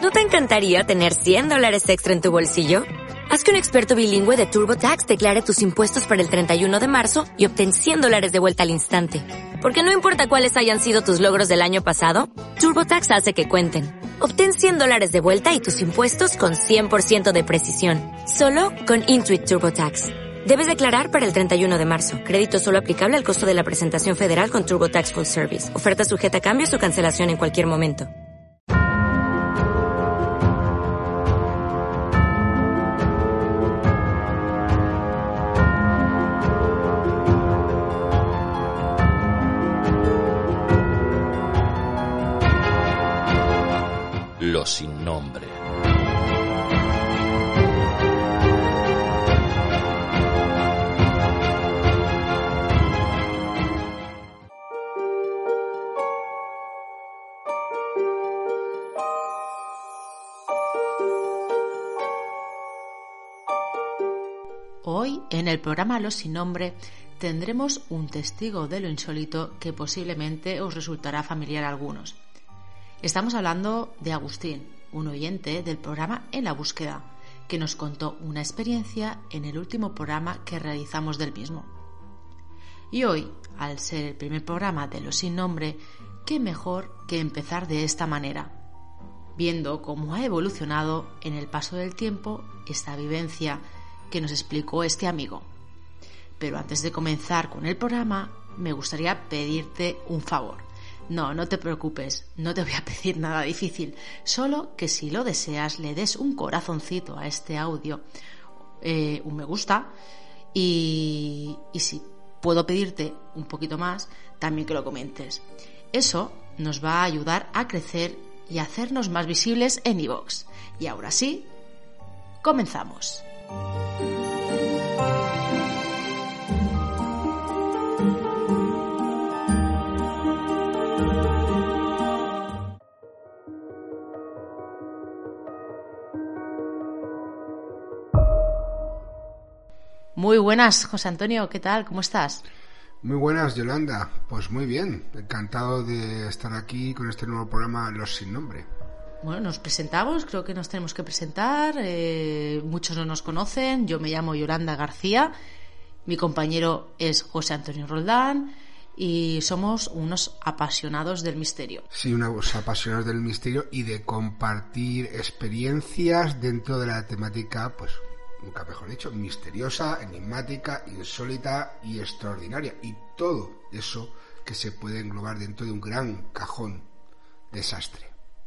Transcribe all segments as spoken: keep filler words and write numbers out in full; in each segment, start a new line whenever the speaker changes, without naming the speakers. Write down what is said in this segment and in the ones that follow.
¿No te encantaría tener cien dólares extra en tu bolsillo? Haz que un experto bilingüe de TurboTax declare tus impuestos para el treinta y uno de marzo y obtén cien dólares de vuelta al instante. Porque no importa cuáles hayan sido tus logros del año pasado, TurboTax hace que cuenten. Obtén cien dólares de vuelta y tus impuestos con cien por ciento de precisión. Solo con Intuit TurboTax. Debes declarar para el treinta y uno de marzo. Crédito solo aplicable al costo de la presentación federal con TurboTax Full Service. Oferta sujeta a cambios o cancelación en cualquier momento.
Los sin nombre.
Hoy, en el programa Los sin nombre, tendremos un testigo de lo insólito que posiblemente os resultará familiar a algunos. Estamos hablando de Agustín, un oyente del programa En la Búsqueda, que nos contó una experiencia en el último programa que realizamos del mismo. Y hoy, al ser el primer programa de Los sin nombre, qué mejor que empezar de esta manera, viendo cómo ha evolucionado en el paso del tiempo esta vivencia que nos explicó este amigo. Pero antes de comenzar con el programa, me gustaría pedirte un favor. No, no te preocupes, no te voy a pedir nada difícil, solo que si lo deseas le des un corazoncito a este audio, eh, un me gusta, y, y si puedo pedirte un poquito más, también que lo comentes. Eso nos va a ayudar a crecer y a hacernos más visibles en iVoox. Y ahora sí, comenzamos. Muy buenas, José Antonio, ¿qué tal? ¿Cómo estás?
Muy buenas, Yolanda. Pues muy bien, encantado de estar aquí con este nuevo programa Los sin nombre.
Bueno, nos presentamos, creo que nos tenemos que presentar, eh, muchos no nos conocen, yo me llamo Yolanda García, mi compañero es José Antonio Roldán y somos unos apasionados del misterio.
Sí, unos apasionados del misterio y de compartir experiencias dentro de la temática, pues nunca mejor dicho, misteriosa, enigmática, insólita y extraordinaria. Y todo eso que se puede englobar dentro de un gran cajón desastre.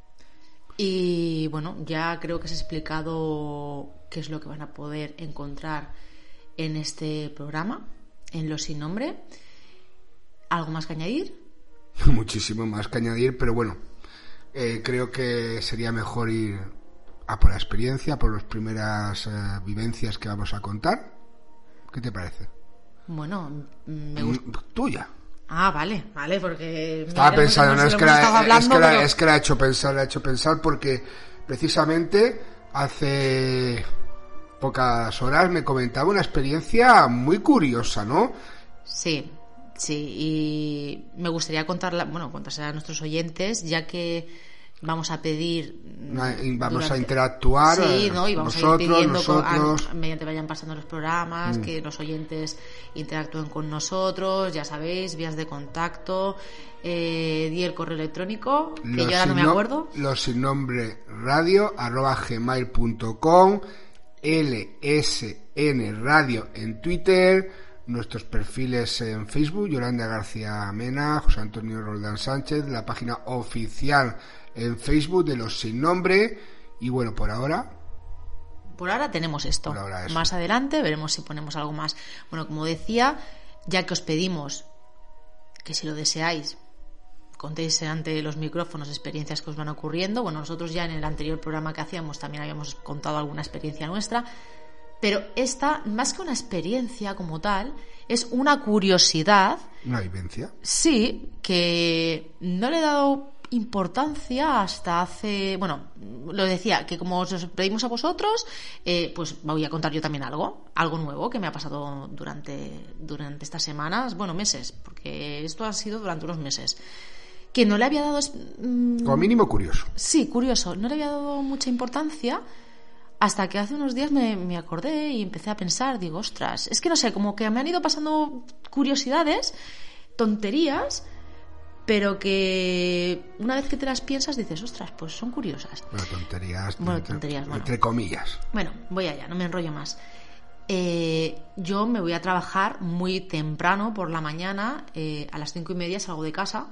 Y bueno, ya creo que has explicado qué es lo que van a poder encontrar en este programa, en Los sin nombre. ¿Algo más que añadir?
Muchísimo más que añadir, pero bueno, eh, creo que sería mejor ir a por la experiencia, por las primeras eh, vivencias que vamos a contar. ¿Qué te parece?
Bueno, me gusta.
Tuya.
Ah, vale, vale, porque
estaba
mira,
pensando,
no,
no,
no
es, que la,
hablando,
es que la,
pero...
es que la he hecho pensar, la he hecho pensar porque precisamente hace pocas horas me comentaba una experiencia muy curiosa, ¿no?
Sí, sí, y me gustaría contarla, bueno, contársela a nuestros oyentes, ya que vamos a pedir
vamos durante... a interactuar
sí, ¿no? Y vamos
nosotros,
a ir pidiendo
nosotros.
A, mediante vayan pasando los programas, mm. que los oyentes interactúen con nosotros, ya sabéis, vías de contacto, eh, di el correo electrónico, que los yo ahora no me no, acuerdo.
Los sin nombre radio arroba gmail punto com, L S N Radio en Twitter, nuestros perfiles en Facebook, Yolanda García Mena, José Antonio Roldán Sánchez, la página oficial en Facebook de Los sin nombre. Y bueno, por ahora
por ahora tenemos esto.
Por ahora
más adelante veremos si ponemos algo más. Bueno, como decía, ya que os pedimos que si lo deseáis contéis ante los micrófonos experiencias que os van ocurriendo. Bueno, nosotros ya en el anterior programa que hacíamos también habíamos contado alguna experiencia nuestra, pero esta, más que una experiencia como tal, es una curiosidad.
¿Una vivencia?
Sí, que no le he dado importancia hasta hace, bueno, lo decía, que como os pedimos a vosotros, eh, pues voy a contar yo también algo, algo nuevo que me ha pasado durante, durante estas semanas, bueno, meses, porque esto ha sido durante unos meses, que no le había dado... Mmm,
Como mínimo curioso.
Sí, curioso. No le había dado mucha importancia hasta que hace unos días me, me acordé y empecé a pensar, digo, ostras, es que no sé, como que me han ido pasando curiosidades, tonterías, pero que una vez que te las piensas dices, ostras, pues son curiosas.
Bueno, tonterías,
bueno,
entre,
tonterías, bueno.
entre comillas.
Bueno, voy allá, no me enrollo más. Eh, yo me voy a trabajar muy temprano por la mañana, eh, a las cinco y media salgo de casa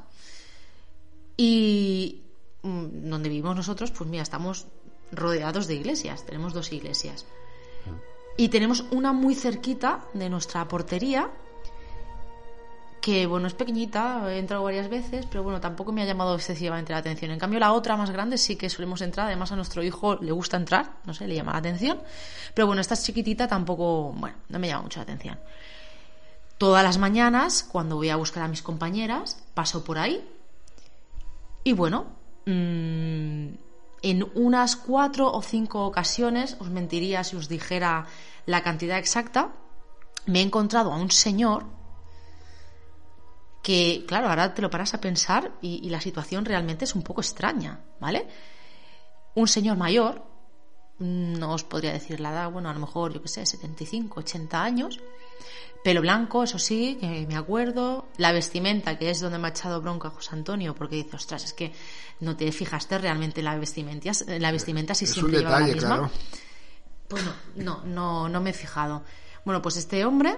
y mmm, donde vivimos nosotros, pues mira, estamos rodeados de iglesias, tenemos dos iglesias y tenemos una muy cerquita de nuestra portería que bueno, es pequeñita, he entrado varias veces, pero bueno, tampoco me ha llamado excesivamente la atención. En cambio la otra más grande sí que solemos entrar, además a nuestro hijo le gusta entrar, no sé, le llama la atención, pero bueno, esta chiquitita tampoco, bueno, no me llama mucho la atención. Todas las mañanas, cuando voy a buscar a mis compañeras, paso por ahí y bueno, mmm, en unas cuatro o cinco ocasiones, os mentiría si os dijera la cantidad exacta, me he encontrado a un señor que, claro, ahora te lo paras a pensar y, y la situación realmente es un poco extraña, ¿vale? Un señor mayor, no os podría decir la edad, bueno, a lo mejor, yo qué sé, setenta y cinco, ochenta años, pelo blanco, eso sí, que me acuerdo, la vestimenta, que es donde me ha echado bronca José Antonio, porque dice, ostras, es que no te fijaste realmente en la vestimenta, la vestimenta si
es
siempre
un detalle,
lleva la misma.
Claro.
Pues no, no, no, no me he fijado. Bueno, pues este hombre,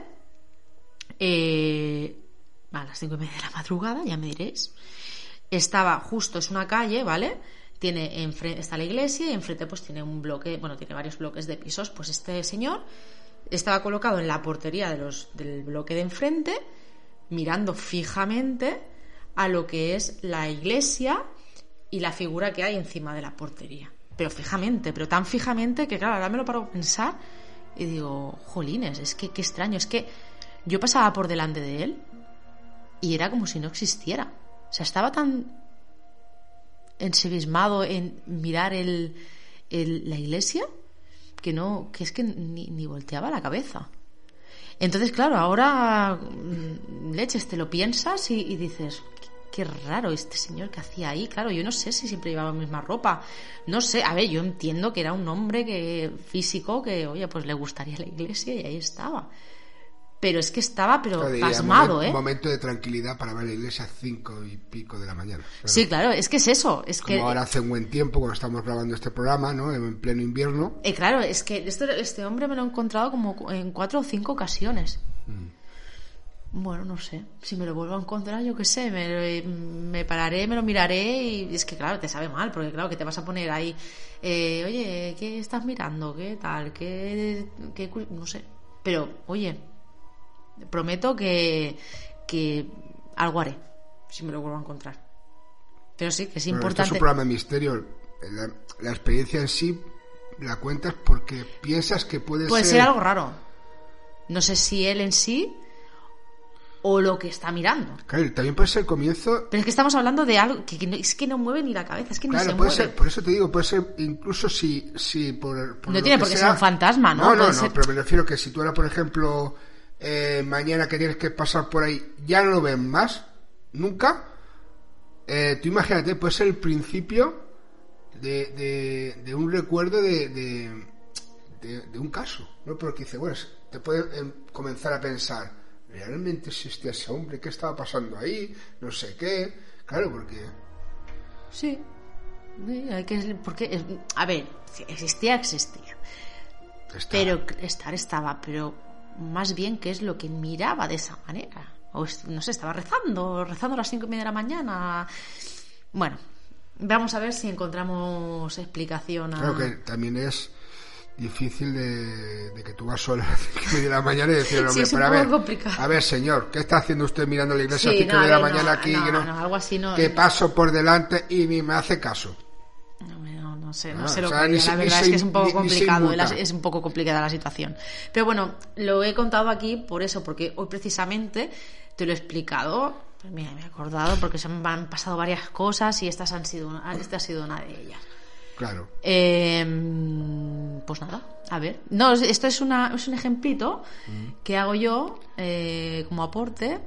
eh, a las cinco y media de la madrugada, ya me diréis, estaba justo, es una calle, ¿vale? Tiene enfrente, está la iglesia y enfrente pues tiene un bloque, bueno, tiene varios bloques de pisos. Pues este señor estaba colocado en la portería de los, del bloque de enfrente, mirando fijamente a lo que es la iglesia y la figura que hay encima de la portería. Pero fijamente, pero tan fijamente que claro, ahora me lo paro a pensar y digo, jolines, es que qué extraño, es que yo pasaba por delante de él y era como si no existiera. O sea, estaba tan ensimismado en mirar el, el, la iglesia que no, que es que ni, ni volteaba la cabeza. Entonces, claro, ahora leches, te lo piensas y, y dices, qué, qué raro este señor que hacía ahí. Claro, yo no sé si siempre llevaba la misma ropa, no sé, a ver, yo entiendo que era un hombre que físico que, oye, pues le gustaría la iglesia y ahí estaba. Pero es que estaba, pero claro, pasmado,
¿eh? Un
¿eh?
momento de tranquilidad para ver la iglesia a cinco y pico de la mañana. Claro.
Sí, claro, es que es eso. Es
Como
que
ahora hace un buen tiempo cuando estamos grabando este programa, ¿no? En pleno invierno.
Eh, claro, es que esto, este hombre me lo he encontrado como en cuatro o cinco ocasiones. Mm. Bueno, no sé. Si me lo vuelvo a encontrar, yo qué sé, me, me pararé, me lo miraré y es que, claro, te sabe mal, porque claro, que te vas a poner ahí, eh, oye, ¿qué estás mirando? ¿Qué tal? ¿Qué, qué no sé? Pero, oye, prometo que, que algo haré si me lo vuelvo a encontrar. Pero sí, que es
bueno,
importante.
Esto es un programa de misterio. La, la experiencia en sí la cuentas porque piensas que puede,
puede
ser...
ser algo raro. No sé si él en sí o lo que está mirando.
Claro, también puede ser el comienzo.
Pero es que estamos hablando de algo que, que no, es que no mueve ni la cabeza, es que
claro,
ni se
puede
mueve.
Ser, por eso te digo, puede ser incluso si, si por, por
no
lo
tiene
que
por qué
sea,
ser un fantasma, ¿no?
No, no,
puede
no,
ser...
pero me refiero que si tú ahora, por ejemplo, eh, mañana que tienes que pasar por ahí, ya no lo ven más, nunca. Eh, tú imagínate, puede ser el principio de, de, de un recuerdo de, de, de, de un caso, ¿no? Porque dice, bueno, te puede eh, comenzar a pensar, ¿realmente existía ese hombre? ¿Qué estaba pasando ahí? No sé qué. Claro, porque...
Sí. sí hay que, porque, a ver, existía, existía. Estaba. Pero estar estaba, pero más bien qué es lo que miraba de esa manera. O no sé, estaba rezando, rezando a las cinco y media de la mañana. Bueno, vamos a ver si encontramos explicación a...
Claro que también es difícil de, de que tú vas sola a las cinco y media de la mañana y decir, hombre,
sí,
pero a ver,
complicado.
a ver, señor, ¿qué está haciendo usted mirando la iglesia
sí,
a las cinco
no,
y media de
no,
la mañana
no,
aquí?
No,
que, no,
no, algo así no,
que paso por delante y ni me hace caso.
No, no, no sé, no
ah,
sé lo
o sea,
que diga, la verdad es que es un poco
ni,
complicado,
ni
es un poco complicada la situación. Pero bueno, lo he contado aquí por eso, porque hoy precisamente te lo he explicado, pues mira, me he acordado porque se me han pasado varias cosas y estas han sido, esta ha sido una de ellas.
Claro.
Eh, pues nada, a ver. No, esto es, una, es un ejemplito mm. que hago yo eh, como aporte.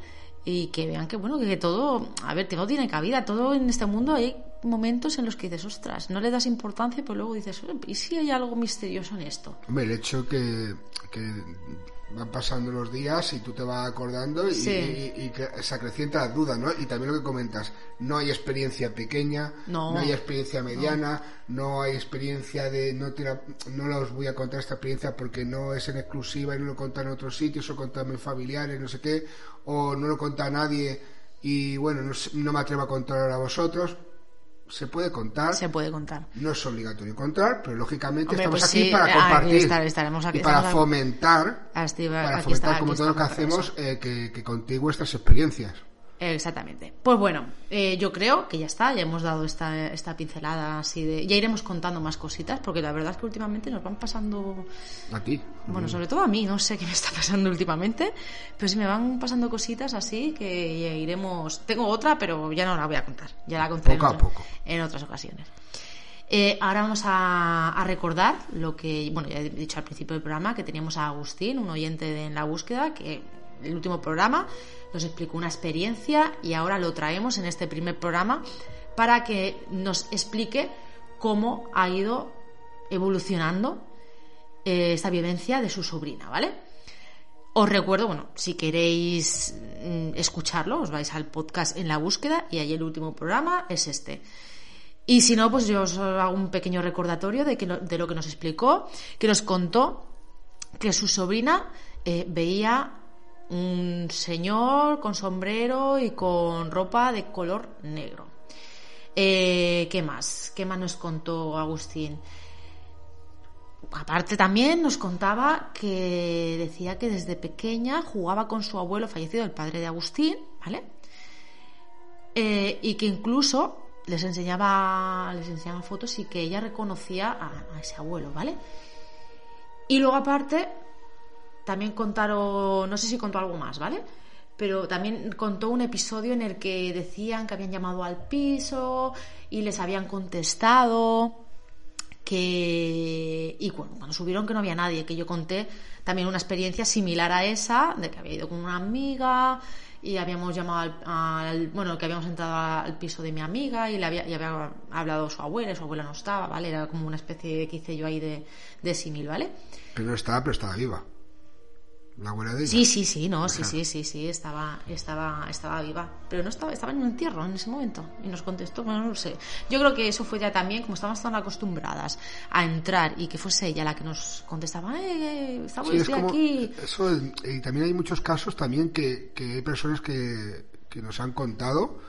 y que vean que, bueno, que todo, a ver, que no tiene cabida, todo en este mundo hay momentos en los que dices, ostras, no le das importancia, pero luego dices, ¿y si hay algo misterioso en esto?
Hombre, el hecho que, que van pasando los días y tú te vas acordando y,
sí.
y, y que se acrecienta la duda, ¿no? Y también lo que comentas, no hay experiencia pequeña, no, no hay experiencia mediana, no, no hay experiencia de, no te la, no la os voy a contar esta experiencia porque no es en exclusiva y no lo contan en otros sitios, o contan mis familiares, no sé qué, o no lo cuenta a nadie y bueno, no, no me atrevo a contar a vosotros. Se puede contar.
Se puede contar.
No es obligatorio contar, pero lógicamente
Hombre,
estamos
pues
aquí
sí,
para compartir
estar, estaremos aquí,
y para fomentar,
aquí,
para
aquí
fomentar
está,
como
aquí
todo lo que
está,
hacemos, eh, que, que contigo vuestras experiencias.
Exactamente. Pues bueno, eh, yo creo que ya está, ya hemos dado esta, esta pincelada así de... Ya iremos contando más cositas, porque la verdad es que últimamente nos van pasando...
A ti.
Bueno, sobre todo a mí, no sé qué me está pasando últimamente, pero sí me van pasando cositas así que ya iremos... Tengo otra, pero ya no la voy a contar, ya la contaré
poco
en,
a
otra,
poco.
en otras ocasiones. Eh, ahora vamos a, a recordar lo que... Bueno, ya he dicho al principio del programa que teníamos a Agustín, un oyente de En la Búsqueda, que el último programa nos explicó una experiencia y ahora lo traemos en este primer programa para que nos explique cómo ha ido evolucionando eh, esta vivencia de su sobrina, ¿vale? Os recuerdo, bueno, si queréis mm, escucharlo, os vais al podcast En la Búsqueda y ahí el último programa es este. Y si no, pues yo os hago un pequeño recordatorio de, que lo, de lo que nos explicó, que nos contó que su sobrina eh, veía un señor con sombrero y con ropa de color negro. Eh, ¿Qué más? ¿Qué más nos contó Agustín? Aparte también nos contaba que decía que desde pequeña jugaba con su abuelo fallecido, el padre de Agustín, ¿vale? Eh, y que incluso les enseñaba, les enseñaba fotos y que ella reconocía a, a ese abuelo, ¿vale? Y luego aparte también contaron, no sé si contó algo más, ¿vale? Pero también contó un episodio en el que decían que habían llamado al piso y les habían contestado que... Y bueno, cuando subieron que no había nadie, que yo conté también una experiencia similar a esa, de que había ido con una amiga y habíamos llamado al... al bueno, que habíamos entrado al piso de mi amiga y le había, y había hablado su abuela, y su abuela no estaba, ¿vale? Era como una especie que hice yo ahí de, de símil, ¿vale?
Pero no estaba, pero estaba viva. La abuela de ella.
Sí, sí, sí, no, sí, sí, sí, sí, estaba, estaba, estaba viva, pero no estaba, estaba en un entierro en ese momento y nos contestó, bueno, no lo sé. Yo creo que eso fue ya también, como estábamos tan acostumbradas a entrar y que fuese ella la que nos contestaba, eh, estamos
sí, es como,
aquí.
Eso, y también hay muchos casos también que, que hay personas que, que nos han contado,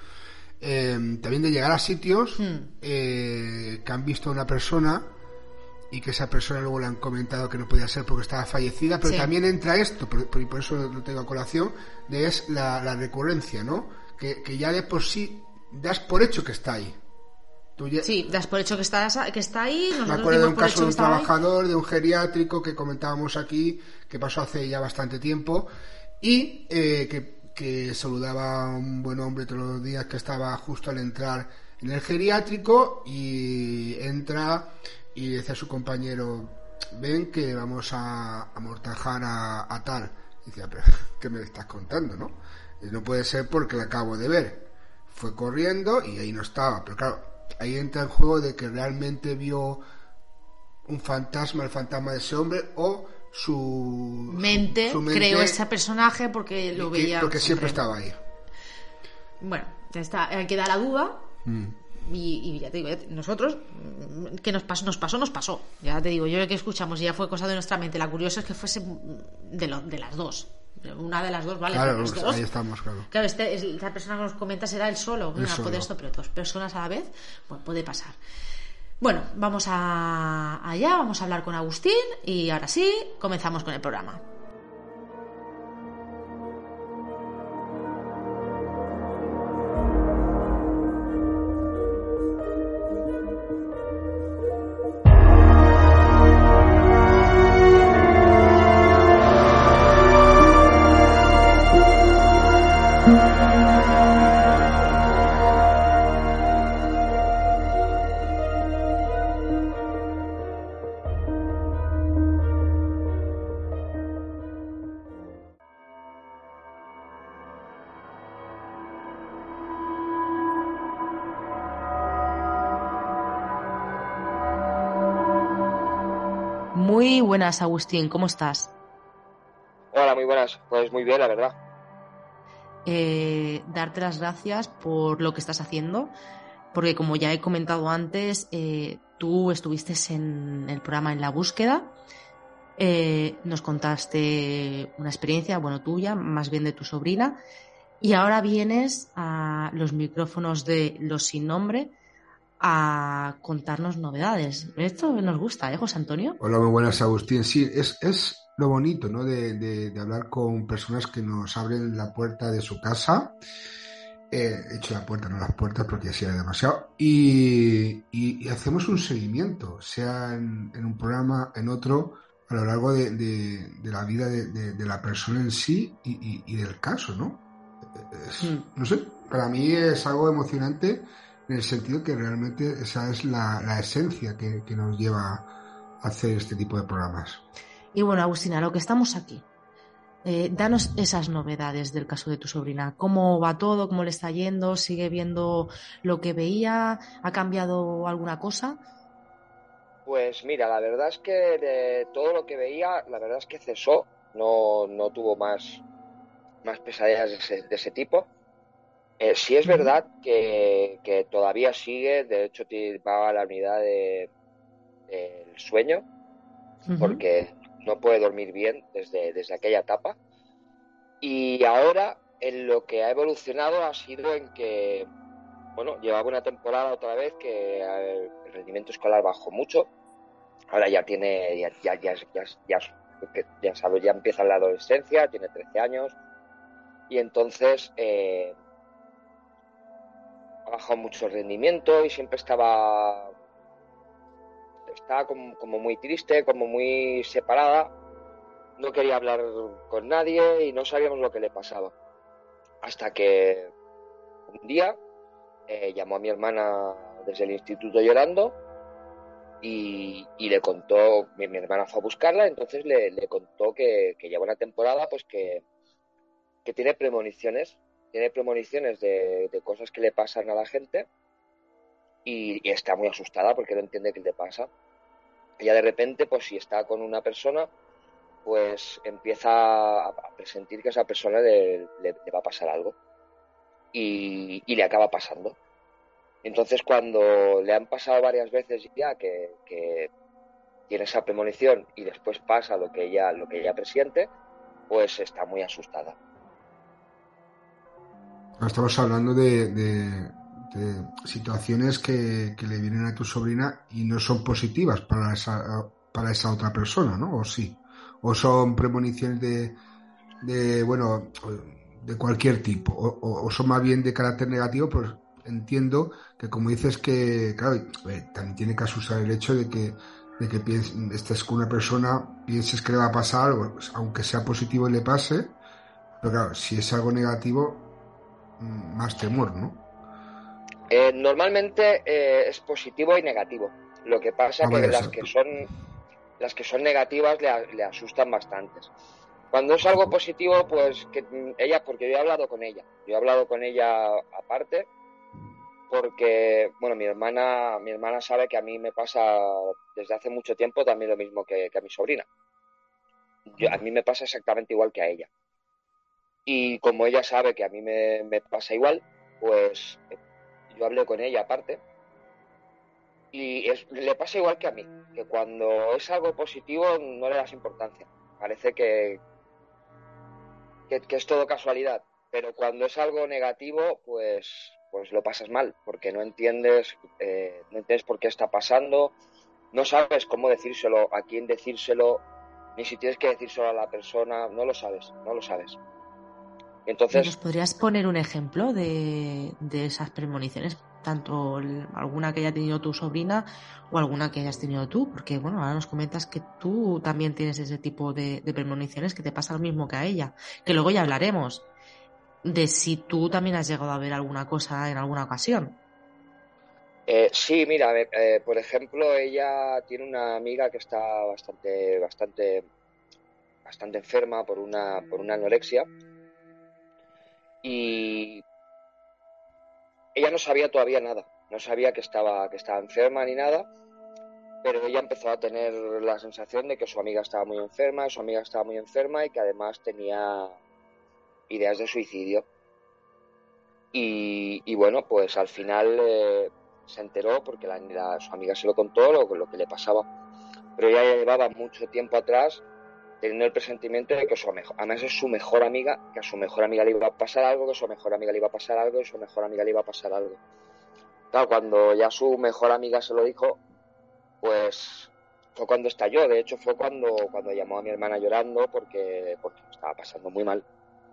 eh, también de llegar a sitios hmm. eh, que han visto a una persona y que esa persona luego le han comentado que no podía ser porque estaba fallecida, pero sí. También entra esto, por, por, por eso lo tengo a colación, de es la, la recurrencia, ¿no? Que, que ya de por sí das por hecho que está ahí. Tú ya...
Sí, das por hecho que está, que está ahí.
Me acuerdo de un caso de un trabajador, ahí. de un geriátrico que comentábamos aquí, que pasó hace ya bastante tiempo, y eh, que, que saludaba a un buen hombre todos los días que estaba justo al entrar en el geriátrico y entra... y decía a su compañero, ven que vamos a amortajar a, a tal. Y decía, pero ¿qué me estás contando, no? Y no puede ser porque la acabo de ver. Fue corriendo y ahí no estaba. Pero claro, ahí entra el juego de que realmente vio un fantasma, el fantasma de ese hombre, o su
mente,
su, su mente
creó ese personaje porque lo
que,
veía.
Porque siempre estaba ahí.
Bueno, ya está, queda la duda.
Mm.
Y, y ya te digo, nosotros, que nos pasó, nos pasó, nos pasó. Ya te digo, yo que escuchamos ya fue cosa de nuestra mente. La curiosa es que fuese de, lo, de las dos. Una de las dos, ¿vale?
Claro,
las dos.
Ahí estamos, claro.
Claro, este, esta persona que nos comenta será él solo.
El
Una,
solo.
Puede esto, pero dos personas a la vez, pues puede pasar. Bueno, vamos a, allá, vamos a hablar con Agustín y ahora sí, comenzamos con el programa. Muy buenas, Agustín, ¿cómo estás?
Hola, muy buenas. Pues muy bien, la verdad.
Eh, darte las gracias por lo que estás haciendo, porque como ya he comentado antes, eh, tú estuviste en el programa En la Búsqueda, eh, nos contaste una experiencia, bueno, tuya, más bien de tu sobrina, y ahora vienes a los micrófonos de Los Sin Nombre a contarnos novedades. Esto nos gusta, ¿eh, José Antonio?
Hola, muy buenas, Agustín. Sí, es, es lo bonito, ¿no? De, de, de hablar con personas que nos abren la puerta de su casa. Eh, he hecho la puerta, no las puertas, porque así era demasiado. Y, y, y hacemos un seguimiento, sea en, en un programa, en otro, a lo largo de, de, de la vida de, de, de la persona en sí y, y, y del caso, ¿no? Es,
Mm.
no sé, para mí es algo emocionante en el sentido que realmente esa es la, la esencia que, que nos lleva a hacer este tipo de programas.
Y bueno, Agustina, lo que estamos aquí. Eh, danos esas novedades del caso de tu sobrina. ¿Cómo va todo? ¿Cómo le está yendo? ¿Sigue viendo lo que veía? ¿Ha cambiado alguna cosa?
Pues mira, la verdad es que de todo lo que veía, la verdad es que cesó. No, no tuvo más, más pesadillas de ese, de ese tipo. Eh, sí es
Uh-huh.
verdad que, que todavía sigue, de hecho ti- va a la unidad de, del sueño,
Uh-huh.
porque no puede dormir bien desde, desde aquella etapa. Y ahora en lo que ha evolucionado ha sido en que, bueno, llevaba una temporada otra vez que eh, el rendimiento escolar bajó mucho. Ahora ya tiene, ya, ya, ya, ya, ya, ya sabes, ya empieza la adolescencia, tiene trece años y entonces eh, ha bajado mucho el rendimiento y siempre estaba, estaba como, como muy triste, como muy separada, no quería hablar con nadie y no sabíamos lo que le pasaba. Hasta que un día eh, llamó a mi hermana desde el instituto llorando y, y le contó, mi, mi hermana fue a buscarla, entonces le, le contó que, que lleva una temporada pues que que tiene premoniciones, tiene premoniciones de, de cosas que le pasan a la gente y, y está muy asustada porque no entiende qué le pasa. Ella de repente, pues si está con una persona, pues empieza a, a presentir que a esa persona le, le, le va a pasar algo y, y le acaba pasando. Entonces cuando le han pasado varias veces ya que, que tiene esa premonición y después pasa lo que ella, lo que ella presiente, pues está muy asustada.
Estamos hablando de, de, de situaciones que, que le vienen a tu sobrina y no son positivas para esa, para esa otra persona, ¿no? ¿O sí? ¿O son premoniciones de, de bueno, de cualquier tipo? ¿O, o son más bien de carácter negativo? Pues entiendo que, como dices, que, claro, eh, también tiene que asustar el hecho de que, de que pienses, estés con una persona, pienses que le va a pasar algo, pues, aunque sea positivo y le pase, pero claro, si es algo negativo, más temor, ¿no?
Eh, normalmente eh, es positivo y negativo. Lo que pasa
Ah,
que
vaya,
las que
exacto.
son las que son negativas le, le asustan bastantes. Cuando es algo positivo, pues que ella, porque yo he hablado con ella, yo he hablado con ella aparte, porque bueno, mi hermana, mi hermana sabe que a mí me pasa desde hace mucho tiempo también lo mismo que, que a mi sobrina. Yo, a mí me pasa exactamente igual que a ella. Y como ella sabe que a mí me, me pasa igual, pues eh, yo hablé con ella aparte. Y es, le pasa igual que a mí, que cuando es algo positivo no le das importancia. Parece que, que, que es todo casualidad. Pero cuando es algo negativo, pues, pues lo pasas mal, porque no entiendes, eh, no entiendes por qué está pasando, no sabes cómo decírselo, a quién decírselo, ni si tienes que decírselo a la persona, no lo sabes, no lo sabes.
¿Y nos
Entonces,
podrías poner un ejemplo de, de esas premoniciones? Tanto el- alguna que haya tenido tu sobrina o alguna que hayas tenido tú, porque bueno, ahora nos comentas que tú también tienes ese tipo de, de premoniciones que te pasa lo mismo que a ella, que luego ya hablaremos de si tú también has llegado a ver alguna cosa en alguna ocasión.
eh, sí, mira, eh, por ejemplo, ella tiene una amiga que está bastante, bastante bastante enferma por una, por una anorexia y ella no sabía todavía nada, no sabía que estaba, que estaba enferma ni nada pero ella empezó a tener la sensación de que su amiga estaba muy enferma, su amiga estaba muy enferma y que además tenía ideas de suicidio. Y, y bueno, pues al final eh, se enteró porque la, la, su amiga se lo contó lo, lo que le pasaba. Pero ella ya llevaba mucho tiempo atrás teniendo el presentimiento de que su mejor, además es su mejor amiga, que a su mejor amiga le iba a pasar algo, que a su mejor amiga le iba a pasar algo y a su mejor amiga le iba a pasar algo. Claro, cuando ya su mejor amiga se lo dijo, pues fue cuando estalló. De hecho, fue cuando, cuando llamó a mi hermana llorando porque, porque estaba pasando muy mal.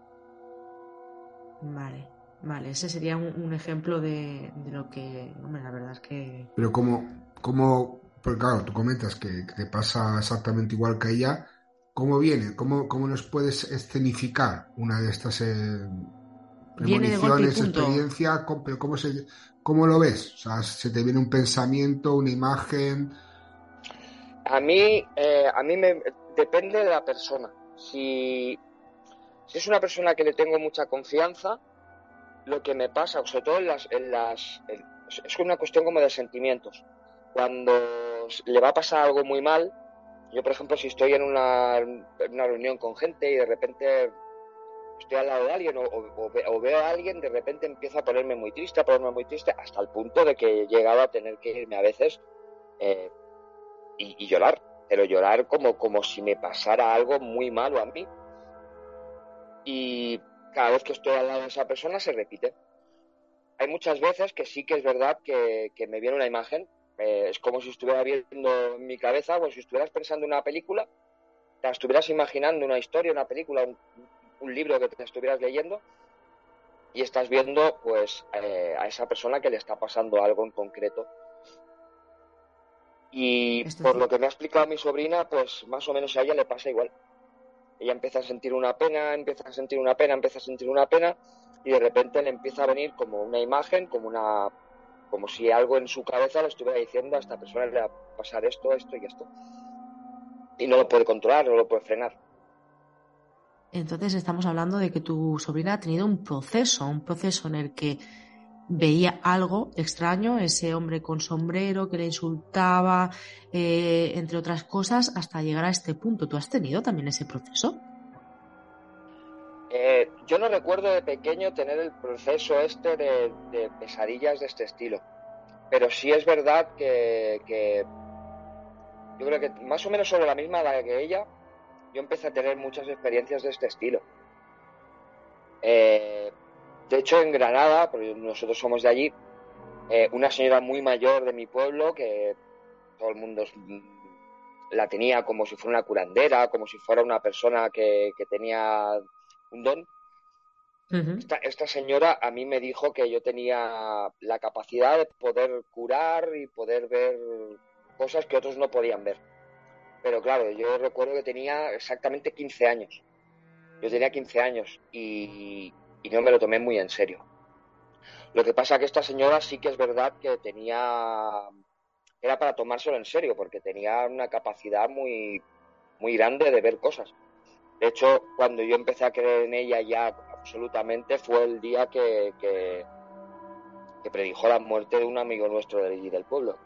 Vale, vale. Ese sería un, un ejemplo de, de lo que, hombre, la verdad es que...
Pero como, como porque claro, tú comentas que, que te pasa exactamente igual que a ella, ¿cómo viene? ¿Cómo, cómo nos puedes escenificar una de estas eh, premoniciones, experiencia? ¿Cómo, pero cómo, se, ¿Cómo lo ves? O sea, ¿se te viene un pensamiento, una imagen?
A mí, eh, a mí me depende de la persona. Si, si es una persona que le tengo mucha confianza, lo que me pasa, sobre todo en las, en las en, es una cuestión como de sentimientos. Cuando le va a pasar algo muy mal, yo por ejemplo si estoy en una, en una reunión con gente y de repente estoy al lado de alguien o, o, o veo a alguien, de repente empiezo a ponerme muy triste, a ponerme muy triste, hasta el punto de que he llegado a tener que irme a veces eh, y, y llorar, pero llorar como, como si me pasara algo muy malo a mí. Y cada vez que estoy al lado de esa persona se repite. Hay muchas veces que sí que es verdad que, que me viene una imagen, eh, es como si estuviera viendo en mi cabeza, o si estuvieras pensando en una película, te estuvieras imaginando una historia, una película, un, un libro que te estuvieras leyendo y estás viendo pues eh, a esa persona que le está pasando algo en concreto. Y Esto por sí. Lo que me ha explicado mi sobrina, pues más o menos a ella le pasa igual. Ella empieza a sentir una pena, empieza a sentir una pena, empieza a sentir una pena y de repente le empieza a venir como una imagen, como una, como si algo en su cabeza le estuviera diciendo a esta persona le va a pasar esto, esto y esto. Y no lo puede controlar, no lo puede frenar.
Entonces estamos hablando de que tu sobrina ha tenido un proceso, un proceso en el que veía algo extraño, ese hombre con sombrero que le insultaba, eh, entre otras cosas, hasta llegar a este punto. ¿Tú has tenido también ese proceso?
Eh, yo no recuerdo de pequeño tener el proceso este de, de pesadillas de este estilo, pero sí es verdad que, que yo creo que más o menos sobre la misma edad que ella, yo empecé a tener muchas experiencias de este estilo. Eh, de hecho, en Granada, porque nosotros somos de allí, eh, una señora muy mayor de mi pueblo, que todo el mundo la tenía como si fuera una curandera, como si fuera una persona que, que tenía un don. Uh-huh. Esta, esta señora a mí me dijo que yo tenía la capacidad de poder curar y poder ver cosas que otros no podían ver. Pero claro, yo recuerdo que tenía exactamente quince años. Yo tenía quince años y, y no me lo tomé muy en serio. Lo que pasa es que esta señora sí que es verdad que tenía... Era para tomárselo en serio, porque tenía una capacidad muy, muy grande de ver cosas. De hecho, cuando yo empecé a creer en ella ya absolutamente fue el día que, que, que predijo la muerte de un amigo nuestro de allí del pueblo.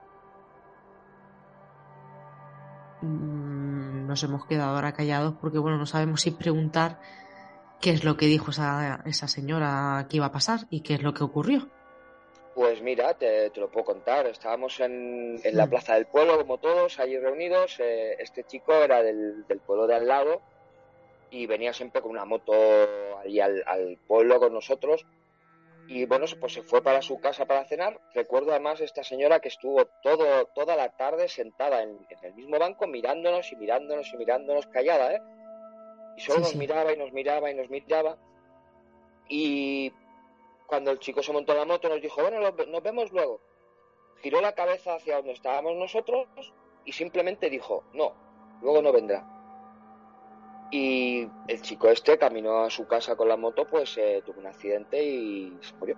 Nos hemos quedado ahora callados porque, bueno, no sabemos si preguntar qué es lo que dijo esa, esa señora que iba a pasar y qué es lo que ocurrió.
Pues mira, te, te lo puedo contar. Estábamos en, en la plaza del pueblo, como todos, allí reunidos. Eh, este chico era del, del pueblo de al lado y venía siempre con una moto allí al, al pueblo con nosotros. Y bueno, pues se fue para su casa para cenar. Recuerdo además esta señora que estuvo todo, toda la tarde sentada en, en el mismo banco mirándonos y mirándonos y mirándonos callada, ¿eh? Y solo sí, nos sí. miraba y nos miraba y nos miraba. Y cuando el chico se montó en la moto nos dijo, bueno, nos vemos luego. Giró la cabeza hacia donde estábamos nosotros y simplemente dijo, no, luego no vendrá. Y el chico este caminó a su casa con la moto, pues eh, tuvo un accidente y se murió.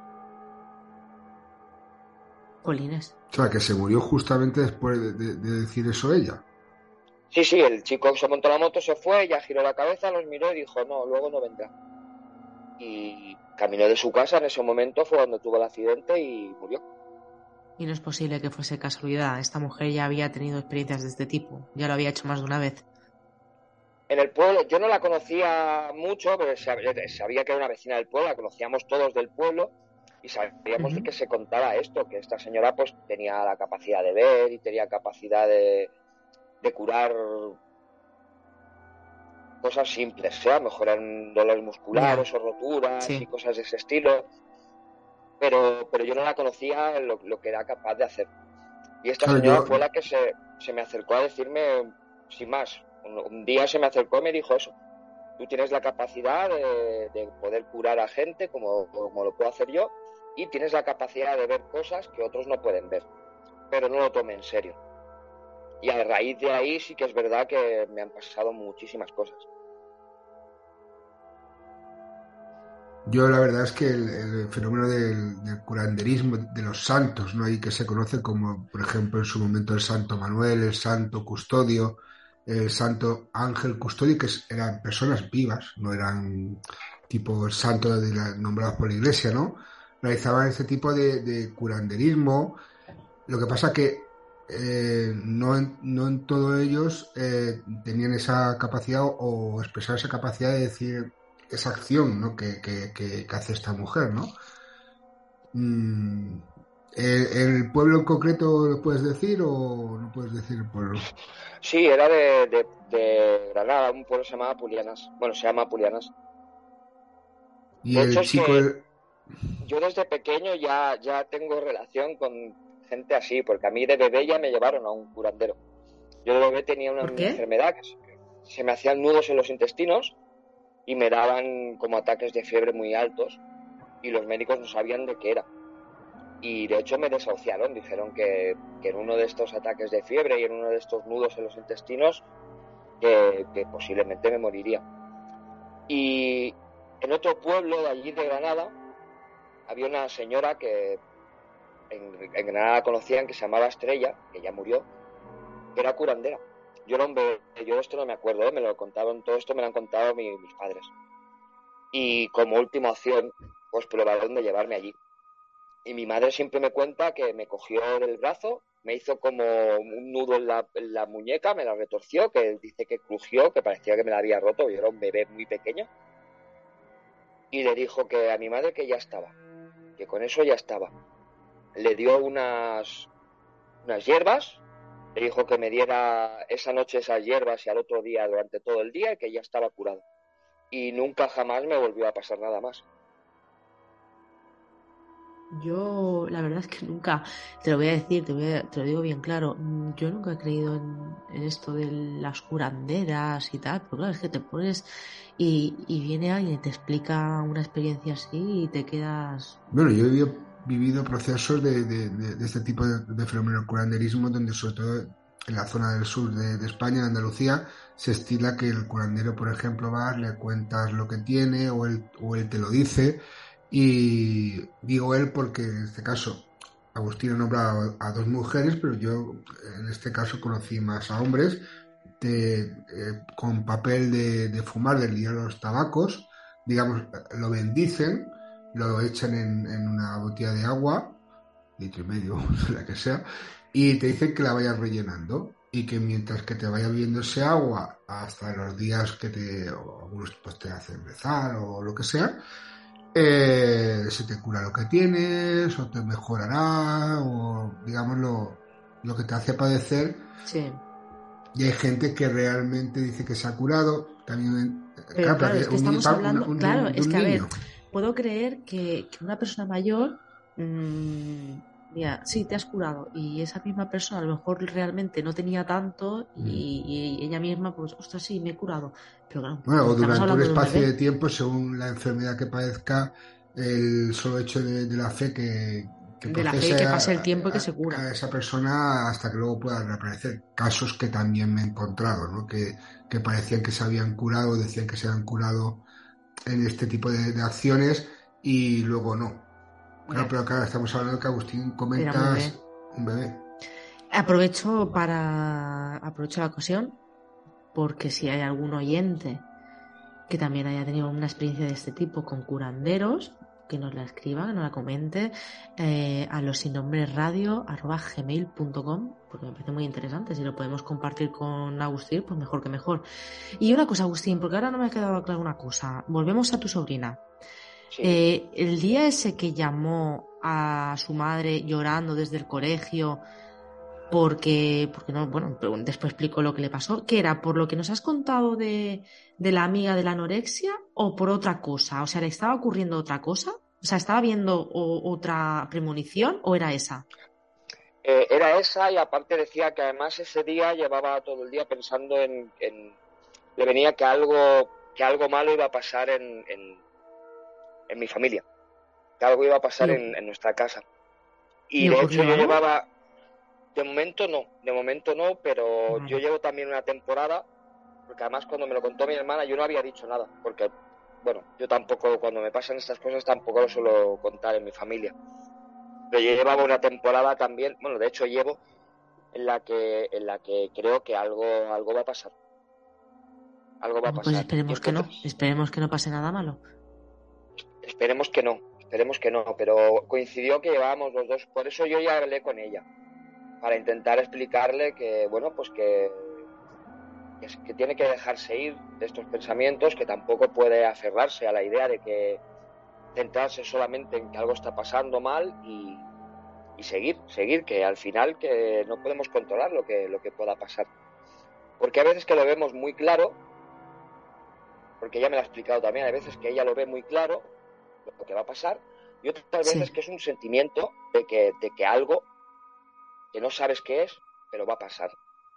Colines.
O sea, que se murió justamente después de, de, de decir eso ella.
Sí, sí, el chico se montó la moto, se fue, ya giró la cabeza, los miró y dijo, no, luego no vendrá. Y caminó de su casa, en ese momento fue cuando tuvo el accidente y murió.
Y no es posible que fuese casualidad. Esta mujer ya había tenido experiencias de este tipo. Ya lo había hecho más de una vez.
En el pueblo, yo no la conocía mucho, pero sabía, sabía que era una vecina del pueblo, la conocíamos todos del pueblo y sabíamos uh-huh. de que se contaba esto, que esta señora pues tenía la capacidad de ver y tenía capacidad de, de curar cosas simples, ¿eh? A lo mejor eran dolores musculares yeah. o roturas sí. y cosas de ese estilo, pero, pero yo no la conocía lo, lo que era capaz de hacer. Y esta señora yo... fue la que se, se me acercó a decirme, sin más, un día se me acercó y me dijo eso: tú tienes la capacidad de, de poder curar a gente como, como lo puedo hacer yo, y tienes la capacidad de ver cosas que otros no pueden ver, pero no lo tome en serio. Y a raíz de ahí sí que es verdad que me han pasado muchísimas cosas.
Yo la verdad es que el, el fenómeno del, del curanderismo de los santos, ¿no? Ahí que se conoce como, por ejemplo, en su momento el Santo Manuel, el Santo Custodio, el Santo Ángel Custodio, que eran personas vivas, no eran tipo el santo de la, nombrados por la Iglesia, ¿no? Realizaban este tipo de, de curanderismo. Lo que pasa que eh, no, en, no en todos ellos eh, tenían esa capacidad o, o expresar esa capacidad de decir esa acción, ¿no? que, que, que, que hace esta mujer, ¿no? Mm, ¿el, ¿El pueblo en concreto lo puedes decir o no puedes decir el pueblo?
Sí, era de, de, de Granada, un pueblo se llamaba Pulianas. Bueno, se llama Pulianas.
Y
de
el
hecho,
chico...
es
El...
Yo desde pequeño ya, ya tengo relación con gente así, porque a mí de bebé ya me llevaron a un curandero. Yo de bebé tenía una enfermedad que se me hacían nudos en los intestinos y me daban como ataques de fiebre muy altos y los médicos no sabían de qué era. Y de hecho me desahuciaron, dijeron que, que en uno de estos ataques de fiebre y en uno de estos nudos en los intestinos que, que posiblemente me moriría. Y en otro pueblo de allí de Granada había una señora que en, en Granada conocían, que se llamaba Estrella, que ya murió, que era curandera. Yo era un bebé, yo esto no me acuerdo, ¿eh? Me lo contaron, todo esto me lo han contado mi, mis padres. Y como última opción, pues probaron de llevarme allí. Y mi madre siempre me cuenta que me cogió del brazo, me hizo como un nudo en la, en la muñeca, me la retorció, que dice que crujió, que parecía que me la había roto, yo era un bebé muy pequeño. Y le dijo que a mi madre que ya estaba, que con eso ya estaba. Le dio unas, unas hierbas, le dijo que me diera esa noche esas hierbas y al otro día durante todo el día y que ya estaba curado. Y nunca jamás me volvió a pasar nada más.
Yo, la verdad es que nunca, te lo voy a decir, te, voy a, te lo digo bien claro, yo nunca he creído en, en esto de las curanderas y tal, pero claro, es que te pones y, y viene alguien y te explica una experiencia así y te quedas...
Bueno, yo he vivido, vivido procesos de, de, de, de este tipo de, de fenómeno curanderismo, donde sobre todo en la zona del sur de, de España, en Andalucía, se estila que el curandero, por ejemplo, va, le cuentas lo que tiene o él, o él te lo dice. Y digo él porque en este caso Agustín ha nombrado a dos mujeres, pero yo en este caso conocí más a hombres de, eh, con papel de, de fumar del día de los tabacos, digamos, lo bendicen, lo echan en, en una botella de agua, litro y medio, la que sea, y te dicen que la vayas rellenando y que mientras que te vaya bebiendo ese agua hasta los días que te, o algunos pues te hacen rezar o lo que sea, Eh, se te cura lo que tienes o te mejorará o digamos lo, lo que te hace padecer.
Sí.
Y hay gente que realmente dice que se ha curado también.
Pero claro, claro es que un, estamos un, hablando un, un, claro, es que a ver, puedo creer que, que una persona mayor mmm, mira, sí, te has curado y esa misma persona a lo mejor realmente no tenía tanto y, mm. y ella misma pues, ostras, sí, me he curado. Pero claro,
bueno, o durante un espacio de, de tiempo, según la enfermedad que padezca, el solo hecho de, de la fe que, que
de la fe que pase el tiempo y que
a,
se cura
a esa persona hasta que luego pueda reaparecer. Casos que también me he encontrado, ¿no? Que, que parecían que se habían curado, decían que se habían curado en este tipo de, de acciones y luego no. Claro, pero claro, estamos hablando de que Agustín comenta
bebé.
un bebé.
Aprovecho para aprovecho la ocasión porque si hay algún oyente que también haya tenido una experiencia de este tipo con curanderos, que nos la escriba, que nos la comente eh, a los sin nombre radio arroba gmail punto com, porque me parece muy interesante. Si lo podemos compartir con Agustín, pues mejor que mejor. Y una cosa, Agustín, porque ahora no me ha quedado clara una cosa. Volvemos a tu sobrina.
Sí.
Eh, el día ese que llamó a su madre llorando desde el colegio, porque, porque no, bueno, después explico lo que le pasó, ¿qué era? ¿Por lo que nos has contado de, de la amiga de la anorexia o por otra cosa? O sea, ¿le estaba ocurriendo otra cosa? O sea, ¿estaba viendo o, otra premonición o era esa?
Eh, era esa, y aparte decía que además ese día llevaba todo el día pensando en, en le venía que algo, que algo malo iba a pasar en, en, en mi familia, que algo iba a pasar en, en nuestra casa. Y de hecho yo
algo?
llevaba, de momento no, de momento no, pero
Vale.
yo llevo también una temporada, porque además cuando me lo contó mi hermana yo no había dicho nada, porque, bueno, yo tampoco, cuando me pasan estas cosas tampoco lo suelo contar en mi familia. Pero yo llevaba una temporada también, bueno, de hecho llevo, en la que, en la que creo que algo, algo va a pasar. Algo va a
Pues
pasar.
esperemos que no,
Entonces,
esperemos que no pase nada malo.
Esperemos que no, esperemos que no, pero coincidió que llevábamos los dos, por eso yo ya hablé con ella, para intentar explicarle que, bueno, pues que, que, que tiene que dejarse ir de estos pensamientos, que tampoco puede aferrarse a la idea de que centrarse solamente en que algo está pasando mal y, y seguir, seguir, que al final que no podemos controlar lo que, lo que pueda pasar. Porque a veces que lo vemos muy claro, porque ella me lo ha explicado también, hay veces que ella lo ve muy claro, lo que va a pasar, y otras veces
Sí.
que es un sentimiento de que, de que algo que no sabes qué es, pero va a pasar.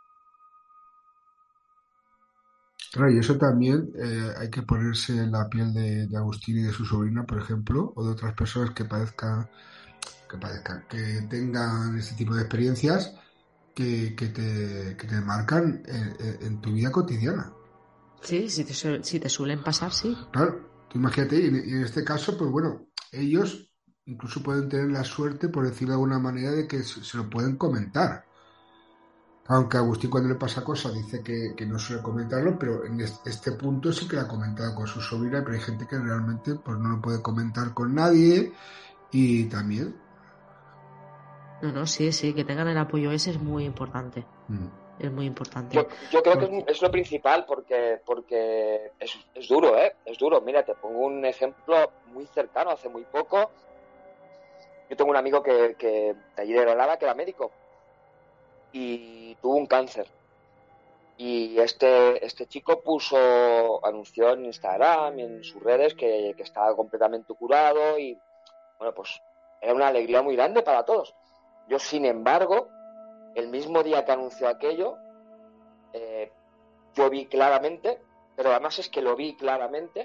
Claro, y eso también eh, hay que ponerse en la piel de, de Agustín y de su sobrina, por ejemplo, o de otras personas que parezcan que parezcan que tengan ese tipo de experiencias que, que, te, que te marcan en, en, en tu vida cotidiana.
Sí, si te, su- si te suelen pasar, sí.
Claro, tú imagínate, y en, y en este caso, pues bueno, ellos incluso pueden tener la suerte, por decirlo de alguna manera, de que se, se lo pueden comentar. Aunque Agustín cuando le pasa cosas dice que, que no suele comentarlo, pero en este, este punto sí que lo ha comentado con su sobrina, pero hay gente que realmente pues no lo puede comentar con nadie y también...
No, no, sí, sí, que tengan el apoyo ese es muy importante.
Mm.
Es muy importante.
Yo, yo creo
Porque...
que es, es lo principal porque, porque es, es duro, ¿eh? Es duro. Mira, te pongo un ejemplo muy cercano, hace muy poco. Yo tengo un amigo que, que de allí de Granada, que era médico, y tuvo un cáncer. Y este, este chico puso, anunció en Instagram y en sus redes que, que estaba completamente curado y, bueno, pues era una alegría muy grande para todos. Yo, sin embargo, el mismo día que anunció aquello, eh, yo vi claramente, pero además es que lo vi claramente,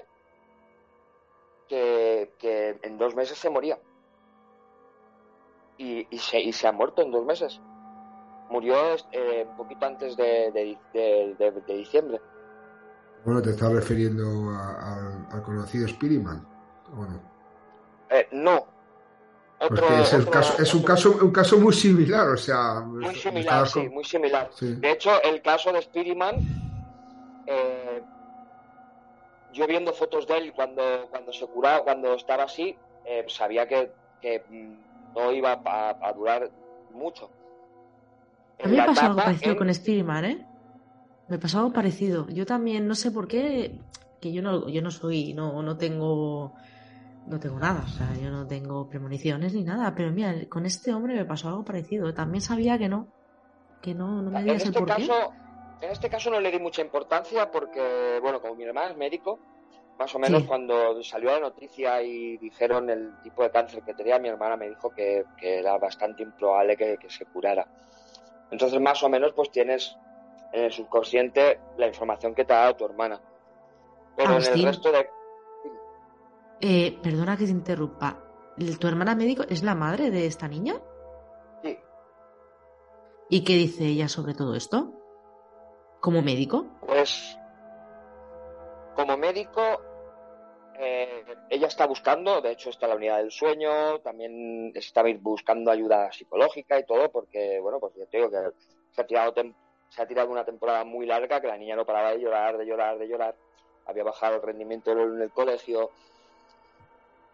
que, que en dos meses se moría. Y, y, se, y se ha muerto en dos meses. Murió eh, un poquito antes de, de, de, de, de diciembre.
Bueno, te estás refiriendo a, a, al conocido Spiderman. Bueno.
Eh, no. Otro,
Porque es,
otro,
caso, es un,
otro,
caso, un caso muy similar, o sea...
muy similar, sí,
con...
muy similar.
Sí.
De hecho, el caso de Spiderman, eh, yo viendo fotos de él cuando, cuando se curaba, cuando estaba así, eh, sabía que, que no iba a, a durar mucho.
A mí me pasó algo parecido
en...
con Spiderman, ¿eh? Me pasó algo parecido. Yo también, no sé por qué, que yo no, yo no soy, no, no tengo, no tengo nada, o sea, yo no tengo premoniciones ni nada, pero mira, con este hombre me pasó algo parecido. También sabía que no, que no, no me digas
en este
el por
caso,
qué.
En este caso no le di mucha importancia porque, bueno, como mi hermana es médico, más o menos sí. Cuando salió la noticia y dijeron el tipo de cáncer que tenía, mi hermana me dijo que, que era bastante improbable que, que se curara. Entonces, más o menos, pues tienes en el subconsciente la información que te ha dado tu hermana. Pero Agustín, en el resto de...
Eh, perdona que te interrumpa. ¿Tu hermana médico es la madre de esta niña?
Sí.
¿Y qué dice ella sobre todo esto? ¿Como médico?
Pues, como médico, eh, ella está buscando, de hecho está en la unidad del sueño, también está buscando ayuda psicológica y todo, porque, bueno, pues yo te digo que se ha tirado, se ha tirado una temporada muy larga, que la niña no paraba de llorar, de llorar, de llorar, había bajado el rendimiento en el colegio.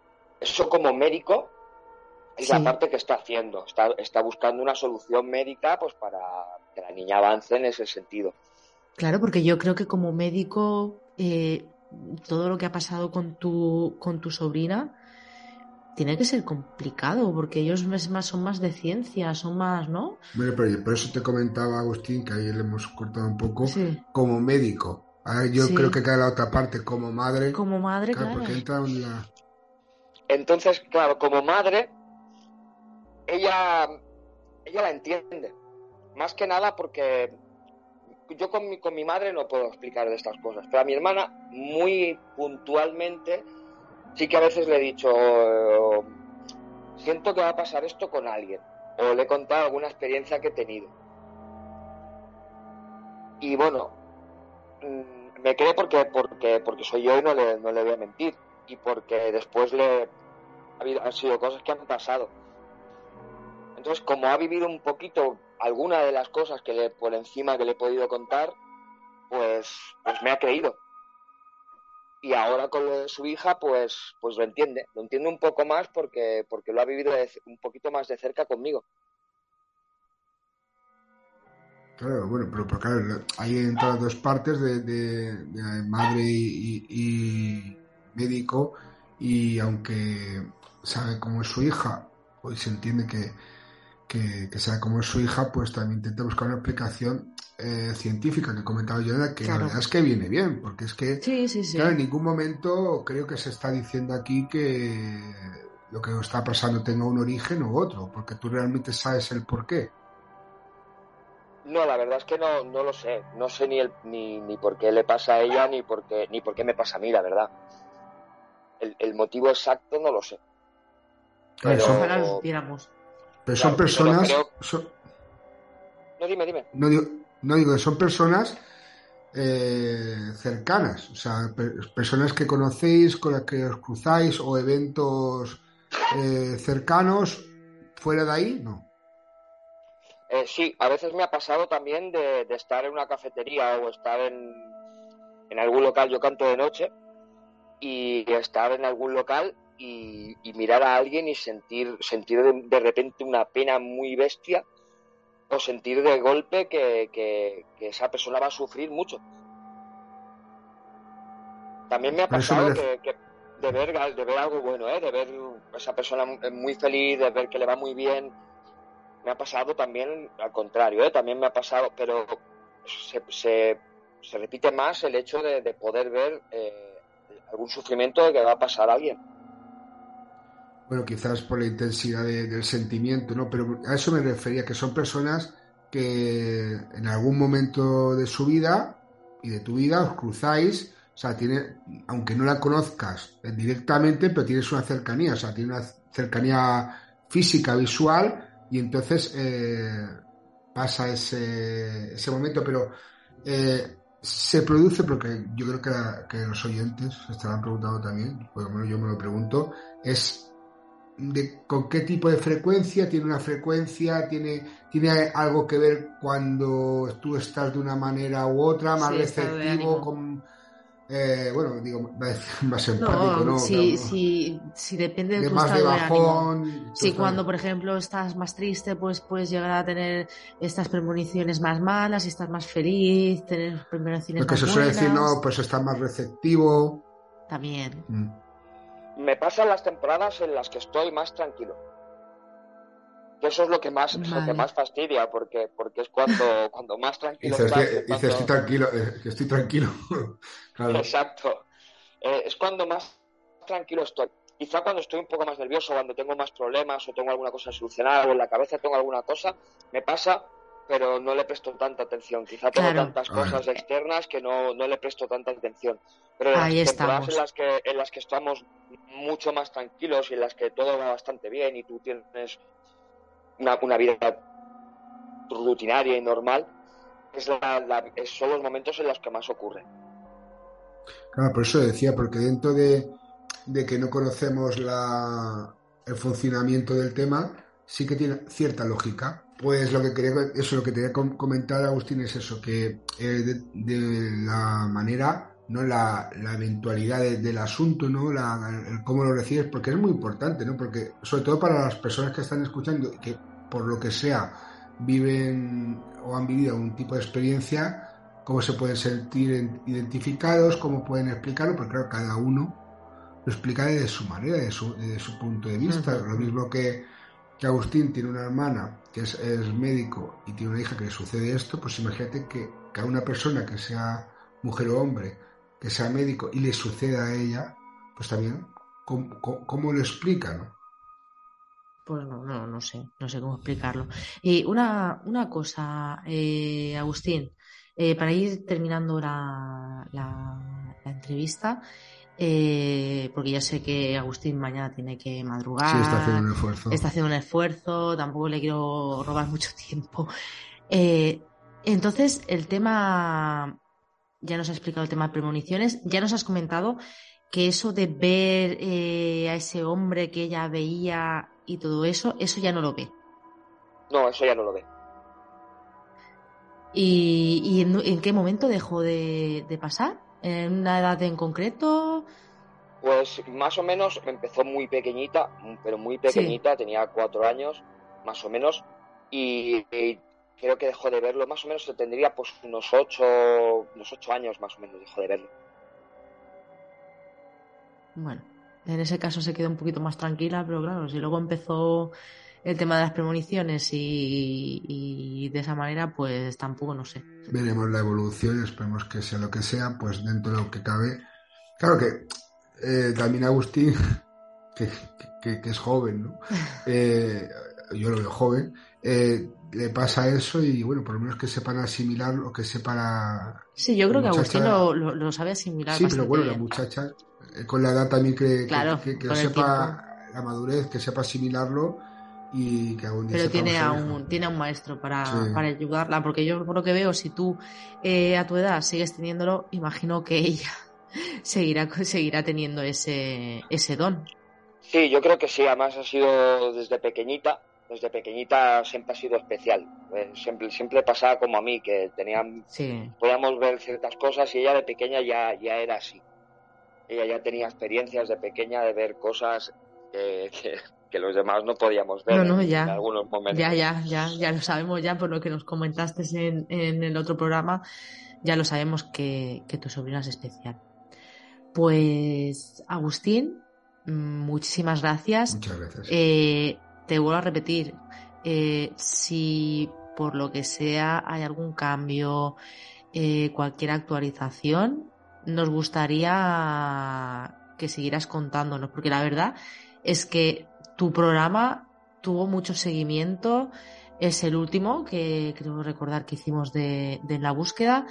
eso como médico es
Sí.
la parte que está haciendo. Está, está buscando una solución médica pues para que la niña avance en ese sentido.
Claro, porque yo creo que como médico, eh, todo lo que ha pasado con tu, con tu sobrina tiene que ser complicado, porque ellos es más, son más de ciencia, son más, ¿no?
Bueno, pero por eso te comentaba, Agustín, que ahí le hemos cortado un poco,
Sí.
como médico. Ahora yo
Sí.
creo que queda la otra parte, como madre.
Como madre,
Claro,
claro.
porque entra en la...
Entonces, claro, como madre, ella, ella la entiende. Más que nada porque yo con mi, con mi madre no puedo explicar de estas cosas, pero a mi hermana muy puntualmente sí que a veces le he dicho, eh, siento que va a pasar esto con alguien, o le he contado alguna experiencia que he tenido. Y bueno, mmm, me cree porque, porque, porque soy yo y no le, no le voy a mentir, y porque después le ha habido, han sido cosas que han pasado. Entonces, como ha vivido un poquito alguna de las cosas que le, por encima que le he podido contar, pues, pues me ha creído. Y ahora con lo de su hija, pues, pues lo entiende. Lo entiende un poco más porque, porque lo ha vivido de, un poquito más de cerca conmigo.
Claro, bueno, pero, pero claro, hay entre las dos partes de, de, de madre y, y, y médico, y aunque sabe cómo es su hija, pues se entiende que, que, que sabe cómo es su hija, pues también intenta buscar una explicación eh, científica que comentaba yo, que claro. La verdad es que viene bien, porque es que
sí, sí, sí.
Claro, en ningún momento creo que se está diciendo aquí que lo que está pasando tenga un origen u otro, porque tú realmente sabes el porqué.
No, la verdad es que no, no lo sé. No sé ni, el, ni, ni por qué le pasa a ella, ni por qué, ni por qué me pasa a mí, la verdad. El, el motivo exacto no lo sé.
Pero eso ojalá lo supiéramos.
Pero son claro, personas...
Pero creo...
son...
No, dime, dime.
No digo, no digo, son personas eh, cercanas, o sea, per- personas que conocéis, con las que os cruzáis, o eventos eh, cercanos, fuera de ahí, no.
Eh, sí, a veces me ha pasado también de, de estar en una cafetería o estar en, en algún local, yo canto de noche, y estar en algún local y, y mirar a alguien y sentir, sentir de, de repente una pena muy bestia, o sentir de golpe que, que, que esa persona va a sufrir mucho. También me ha pasado me... que, que de, ver, de ver algo bueno, ¿eh? De ver a esa persona muy feliz, de ver que le va muy bien. Me ha pasado también al contrario, ¿eh? También me ha pasado, pero se, se, se repite más el hecho de, de poder ver eh, algún sufrimiento de que va a pasar a alguien.
Bueno, quizás por la intensidad de, del sentimiento, ¿no? Pero a eso me refería, que son personas que en algún momento de su vida y de tu vida os cruzáis, o sea, tiene, aunque no la conozcas directamente, pero tienes una cercanía, o sea, tiene una cercanía física, visual, y entonces eh, pasa ese, ese momento, pero eh, se produce, porque yo creo que, la, que los oyentes se estarán preguntando también, por lo menos yo me lo pregunto, es de con qué tipo de frecuencia, tiene una frecuencia, tiene, tiene algo que ver cuando tú estás de una manera u otra, más sí, receptivo, con eh, bueno, digo, más empático, ¿no?
No, si,
no,
si, si depende de,
de
tu
más
estado
de bajón.
De ánimo. Si cuando, por ejemplo, estás más triste, pues puedes llegar a tener estas premoniciones más malas, si estás más feliz, tener premoniciones
Porque
más
se suele
buenas.
decir, no, pues estás más receptivo.
También.
Mm.
Me pasan las temporadas en las que estoy más tranquilo. Que eso es lo que más, vale. lo que más fastidia, porque, porque es cuando, cuando más tranquilo
dices,
estás.
que,
cuando...
dices, estoy tranquilo, eh, que estoy tranquilo. Claro.
Exacto. Eh, es cuando más tranquilo estoy. Quizá cuando estoy un poco más nervioso, cuando tengo más problemas o tengo alguna cosa a solucionar o en la cabeza tengo alguna cosa, me pasa, pero no le presto tanta atención. Quizá tengo
claro.
tantas cosas Ay. externas que no, no le presto tanta atención. Pero en
Ahí
las temporadas
estamos.
en las, que, en las que estamos mucho más tranquilos y en las que todo va bastante bien y tú tienes una, una vida rutinaria y normal, es la, la, son los momentos en los que más ocurre.
Claro, por eso decía, porque dentro de, de que no conocemos la, el funcionamiento del tema, sí que tiene cierta lógica. Pues lo que quería, eso lo que quería comentar, Agustín, es eso, que eh, de, de la manera no la, la eventualidad de, del asunto, ¿no? La, el cómo lo recibes, porque es muy importante, ¿no? Porque sobre todo para las personas que están escuchando y que por lo que sea viven o han vivido algún tipo de experiencia, cómo se pueden sentir identificados, cómo pueden explicarlo, porque claro, cada uno lo explica de su manera, de su, de su punto de vista. Uh-huh. Lo mismo que, que Agustín tiene una hermana que es, es médico y tiene una hija que le sucede esto, pues imagínate que, que a una persona que sea mujer o hombre, que sea médico y le suceda a ella, pues también, ¿cómo, cómo, cómo lo explica, no?
Pues no, no, no sé, no sé cómo explicarlo. Y una, una cosa, eh, Agustín, eh, para ir terminando la, la, la entrevista, eh, porque ya sé que Agustín mañana tiene que madrugar.
Sí, está haciendo un esfuerzo.
Está haciendo un esfuerzo, tampoco le quiero robar mucho tiempo. Eh, entonces, el tema, ya nos ha explicado el tema de premoniciones, ya nos has comentado que eso de ver eh, a ese hombre que ella veía y todo eso, eso ya no lo ve.
No, eso ya no lo ve.
¿Y, y en, en qué momento dejó de, de pasar? ¿En una edad en concreto?
Pues más o menos empezó muy pequeñita, pero muy pequeñita, sí. Tenía cuatro años, más o menos, y, y creo que dejó de verlo, más o menos se tendría pues unos ocho, unos ocho años más o menos dejó de verlo.
Bueno, en ese caso se quedó un poquito más tranquila, pero claro, si luego empezó el tema de las premoniciones y, y de esa manera, pues tampoco, no sé.
Veremos la evolución y esperemos que sea lo que sea, pues dentro de lo que cabe. Claro que eh, también Agustín, que, que, que es joven, ¿no? Eh, yo lo veo joven, eh, le pasa eso y bueno, por lo menos que sepan asimilar lo que sepan.
Sí, yo creo que muchacha... Agustín lo, lo, lo sabe asimilar.
Sí, pero bueno, bien. La muchacha, eh, con la edad también que,
claro,
que, que, que sepa la madurez, que sepa asimilarlo y que algún día
pero tiene a, un, tiene a un maestro para, sí. para ayudarla, porque yo por lo que veo, si tú eh, a tu edad sigues teniéndolo, imagino que ella seguirá, seguirá teniendo ese, ese don.
Sí, yo creo que sí, además ha sido desde pequeñita, desde pequeñita siempre ha sido especial, eh, siempre, siempre pasaba como a mí, que tenían,
sí.
podíamos ver ciertas cosas y ella de pequeña ya, ya era así, ella ya tenía experiencias de pequeña de ver cosas que, que, que los demás no podíamos ver
no, no,
en,
ya,
en algunos momentos.
Ya, ya, ya, ya lo sabemos ya por lo que nos comentaste en, en el otro programa, ya lo sabemos que, que tu sobrina es especial. Pues, Agustín, muchísimas gracias.
Muchas gracias.
Eh, te vuelvo a repetir, eh, si por lo que sea hay algún cambio, eh, cualquier actualización, nos gustaría que siguieras contándonos, porque la verdad es que tu programa tuvo mucho seguimiento, es el último que creo recordar que hicimos de, de La Búsqueda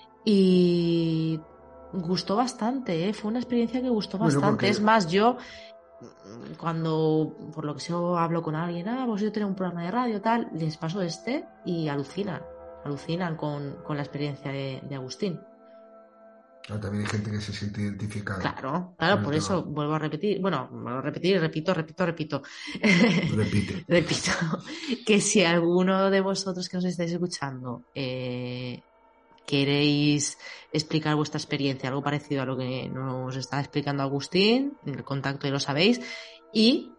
y gustó bastante, ¿eh? Fue una experiencia que gustó bueno, bastante, porque... es más, yo cuando por lo que yo hablo con alguien, ah, pues yo tengo un programa de radio tal, les paso este y alucinan, alucinan con, con la experiencia de, de Agustín.
Claro, también hay gente que se siente identificada.
Claro, claro, por eso vuelvo a repetir, bueno, vuelvo a repetir, repito, repito, repito.
Repite.
Repito, que si alguno de vosotros que nos estáis escuchando eh, queréis explicar vuestra experiencia, algo parecido a lo que nos está explicando Agustín, el contacto ya lo sabéis, y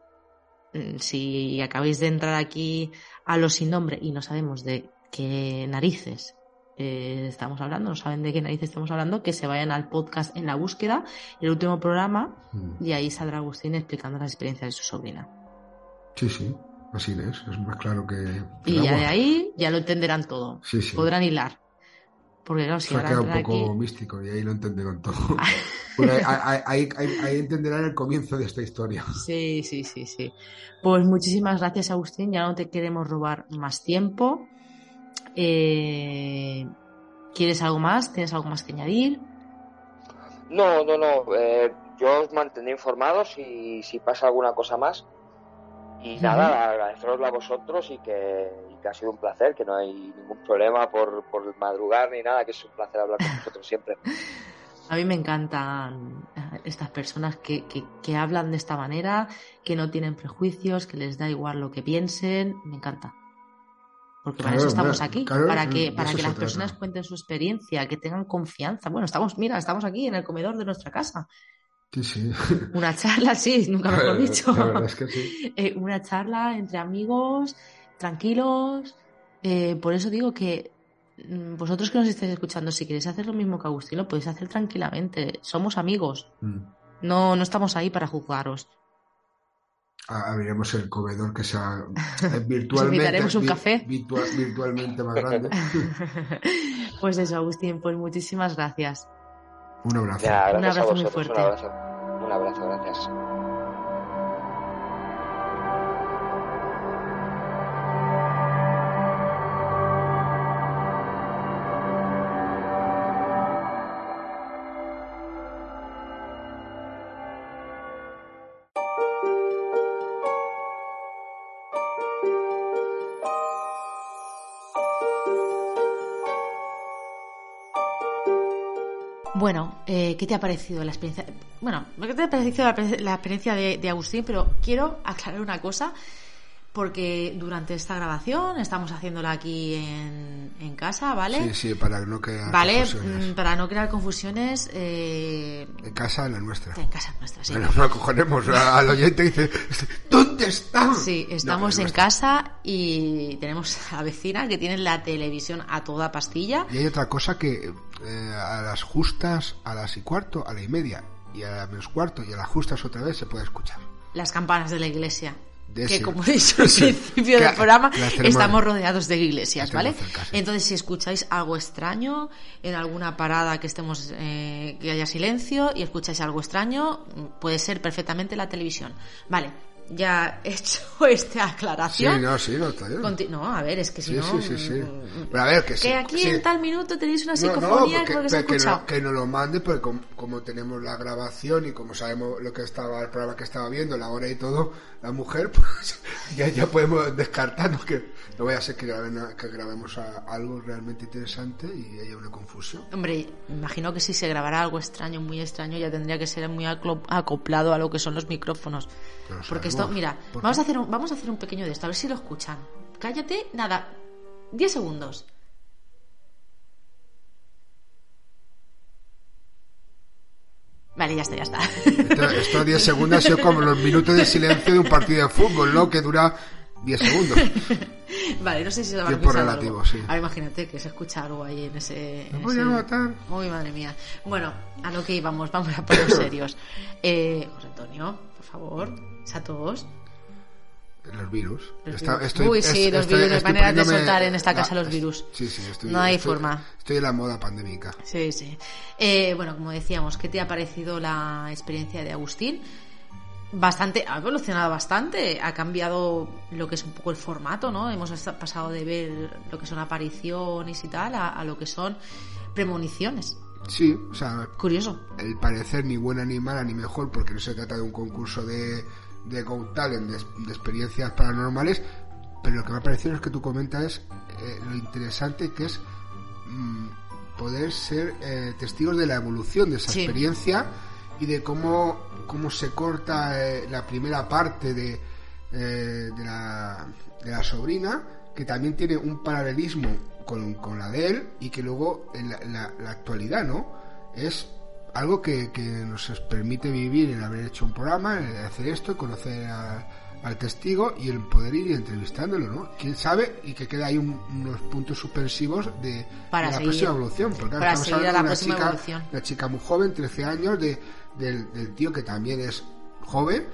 si acabáis de entrar aquí a Los Sin Nombre y no sabemos de qué narices Eh, estamos hablando, no saben de qué narices estamos hablando, que se vayan al podcast En la Búsqueda, el último programa, mm. y ahí saldrá Agustín explicando las experiencias de su sobrina.
Sí, sí, así es, es más claro que...
Y ya de ahí ya lo entenderán todo,
sí, sí.
Podrán hilar. Porque claro, si
se ha quedado un poco aquí... místico y ahí lo entenderán todo. Bueno, ahí, ahí, ahí, ahí entenderán el comienzo de esta historia.
Sí, sí, sí, sí. Pues muchísimas gracias, Agustín, ya no te queremos robar más tiempo. Eh, ¿Quieres algo más? ¿Tienes algo más que añadir?
No, no, no. Eh, yo os mantendré informados y si pasa alguna cosa más. Y uh-huh. nada, agradeceroslo a vosotros y que, y que ha sido un placer, que no hay ningún problema por, por madrugar ni nada, que es un placer hablar con vosotros siempre.
A mí me encantan estas personas que, que, que hablan de esta manera, que no tienen prejuicios, que les da igual lo que piensen. Me encanta. Porque para
claro,
eso estamos
claro,
aquí,
claro,
para que, para
eso
que
se
las
trata.
personas cuenten su experiencia, que tengan confianza. Bueno, estamos, mira, estamos aquí en el comedor de nuestra casa.
Sí, sí.
Una charla, sí, nunca mejor dicho.
La verdad es que sí.
Eh, una charla entre amigos, tranquilos. Eh, por eso digo que mm, vosotros que nos estáis escuchando, si queréis hacer lo mismo que Agustín, lo podéis hacer tranquilamente. Somos amigos.
Mm.
No, no estamos ahí para juzgaros.
Abriremos el comedor que sea eh,
Os
virtualmente,
invitaremos un
vi-
café.
virtua- virtualmente más grande.
Pues eso, Agustín, pues muchísimas gracias.
Un abrazo.
Ya,
Un
gracias a
abrazo muy
vosotros,
fuerte.
un abrazo. Un abrazo, gracias.
Bueno, eh, ¿qué te ha parecido la experiencia? Bueno, ¿qué te ha parecido la, la experiencia de, de Agustín? Pero quiero aclarar una cosa, porque durante esta grabación estamos haciéndola aquí en, en casa, ¿vale?
Sí, sí, para no crear
Vale,
confusiones.
mm, para no crear confusiones. Eh,
En casa, en la nuestra.
en casa nuestra, sí.
Bueno, no acojonemos al oyente y dice, ¿dónde está?
Sí, estamos
No,
en
nuestra.
casa y tenemos a la vecina que tiene la televisión a toda pastilla.
Y hay otra cosa que eh, a las justas, a las y cuarto, a la y media, y a las menos cuarto, y a las justas otra vez se puede escuchar.
Las campanas de la iglesia.
De
Que
ese-
como he dicho al
Sí.
principio
Que-
del programa,
que las tenemos-
estamos rodeados de iglesias,
las
¿vale?
tenemos cerca, sí.
Entonces, si escucháis algo extraño, en alguna parada que estemos, eh, que haya silencio y escucháis algo extraño, puede ser perfectamente la televisión. Vale, ya he hecho esta
Sí,
aclaración.
no, sí, no, está bien.
Conti- no, a ver, es que si
Sí,
no...
sí, sí, sí.
mm,
Pero a ver, que sí.
que aquí
sí.
en tal minuto tenéis una
No, no,
psicofonía
porque-
porque se ha
que,
escuchado.
no, que nos lo mande, porque como, como tenemos la grabación y como sabemos lo que estaba, el programa que estaba viendo, la hora y todo, la mujer, pues ya, ya podemos descartarnos que no vaya a ser que, graben, que grabemos a- algo realmente interesante y haya una confusión.
Hombre, imagino que si se grabara algo extraño, muy extraño, ya tendría que ser muy aclo- acoplado a lo que son los micrófonos.
Pero lo
Porque esto,
sabemos.
mira,
¿Por
vamos
qué?
a hacer un, vamos a hacer un pequeño de esto, a ver si lo escuchan. Cállate, nada, diez segundos. Vale, ya está, ya está.
Esto, esto a diez segundos ha sido como los minutos de silencio de un partido de fútbol, ¿no? Que dura diez segundos.
Vale, no sé si se lo van a
Tiempo
escuchar
relativo,
algo.
sí.
Ahora imagínate que se escucha algo ahí en ese... en
Me voy
ese-
a matar.
Uy, madre mía. Bueno, a lo que íbamos, vamos a poner serios. Eh, José Antonio, por favor, Satos.
Los virus.
Los
Está-
virus.
estoy-
Uy, sí,
es-
los
estoy-
virus, no hay
estoy
manera de
poniéndome-
soltar en esta casa
la-
los virus.
Sí, sí, estoy,
No hay
estoy-
forma.
Estoy en la moda pandémica.
Sí, sí. Eh, bueno, como decíamos, ¿qué te ha parecido la experiencia de Agustín? Bastante, ha evolucionado bastante, ha cambiado lo que es un poco el formato, ¿no? Hemos esta- pasado de ver lo que son apariciones y tal a, a lo que son premoniciones.
Sí, o sea,
Curioso.
el parecer ni buena ni mala ni mejor, porque no se trata de un concurso de, de Got Talent, de, de experiencias paranormales, pero lo que me ha parecido es que tú comentas eh, lo interesante que es mm, poder ser eh, testigos de la evolución de esa
Sí.
experiencia y de cómo, cómo se corta eh, la primera parte de, eh, de, la, de la sobrina, que también tiene un paralelismo con, con la de él y que luego en la, la- la actualidad, ¿no? Es algo que, que nos permite vivir el haber hecho un programa, el hacer esto, conocer a- al testigo y el poder ir entrevistándolo, ¿no? Quién sabe, y que queda ahí un- unos puntos suspensivos de,
Para
de la
seguir-
próxima evolución. Porque claro,
para
estamos
seguir a
hablando
la
de una
próxima
chica,
evolución.
una chica muy joven, trece años, de, del, del tío que también es joven